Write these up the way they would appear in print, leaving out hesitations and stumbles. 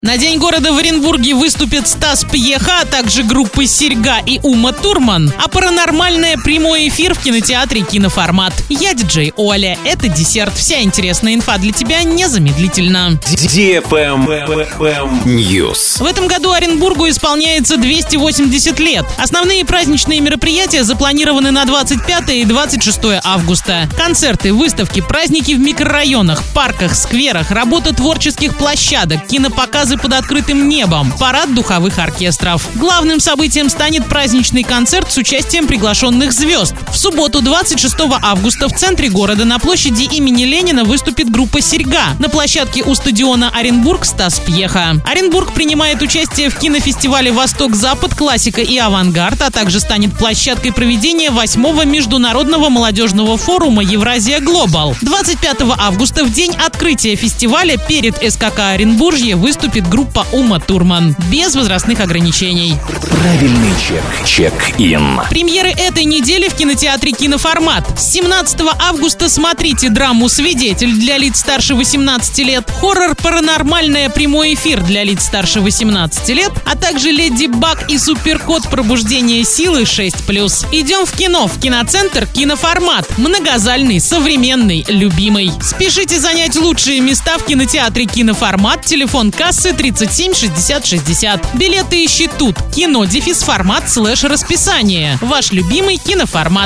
На День города в Оренбурге выступят Стас Пьеха, а также группы «Серьга» и Ума Турман. А «Паранормальное» прямой эфир в кинотеатре «Киноформат». Я диджей Оля. Это десерт. Вся интересная инфа для тебя незамедлительно. News. В этом году Оренбургу исполняется 280 лет. Основные праздничные мероприятия запланированы на 25 и 26 августа. Концерты, выставки, праздники в микрорайонах, парках, скверах, работа творческих площадок, кинопоказы под открытым небом, парад духовых оркестров. Главным событием станет праздничный концерт с участием приглашенных звезд. В субботу, 26 августа, в центре города на площади имени Ленина выступит группа «Серьга». На площадке у стадиона Оренбург Стас Пьеха. Оренбург принимает участие в кинофестивале «Восток-Запад», «Классика» и «Авангард», а также станет площадкой проведения 8-го международного молодежного форума «Евразия Глобал». 25 августа, в день открытия фестиваля, перед СКК Оренбуржье выступит группа Ума Турман. Без возрастных ограничений. Правильный чек. Чек-ин. Премьеры этой недели в кинотеатре «Киноформат». С 17 августа смотрите драму «Свидетель» для лиц старше 18 лет, хоррор «Паранормальное», прямой эфир для лиц старше 18 лет, а также «Леди Баг» и «Суперкот. Пробуждение силы 6+». Идем в кино, в киноцентр «Киноформат». Многозальный, современный, любимый. Спешите занять лучшие места в кинотеатре «Киноформат». Телефон кассы 37 60 60. Билеты ищи тут. Кино-формат/расписание. Ваш любимый «Киноформат».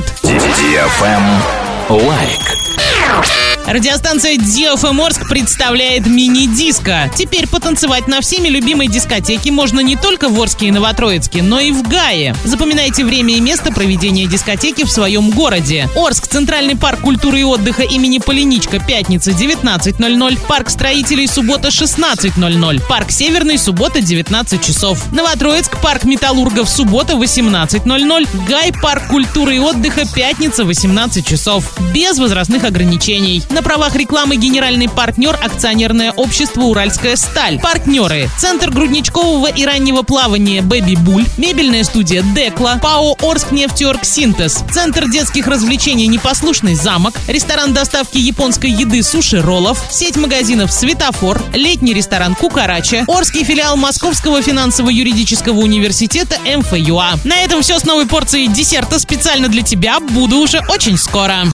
Лайк. Радиостанция DFM Орск представляет мини-диско. Теперь потанцевать на всеми любимой дискотеке можно не только в Орске и Новотроицке, но и в Гае. Запоминайте время и место проведения дискотеки в своем городе. Орск, Центральный парк культуры и отдыха имени Полиничка, пятница 19:00, парк строителей суббота 16:00, парк Северный суббота 19 часов. Новотроицк, парк металлургов суббота 18:00, Гай, парк культуры и отдыха пятница 18 часов. Без возрастных ограничений. На правах рекламы генеральный партнер акционерное общество «Уральская сталь». Партнеры: Центр грудничкового и раннего плавания «Бэби Буль», мебельная студия «Декла», ПАО «Орскнефтеоргсинтез», Центр детских развлечений «Непослушный замок», ресторан доставки японской еды «Суши Роллов», сеть магазинов «Светофор», летний ресторан «Кукарача», Орский филиал Московского финансово-юридического университета МФЮА. На этом все с новой порцией десерта специально для тебя. Буду уже очень скоро.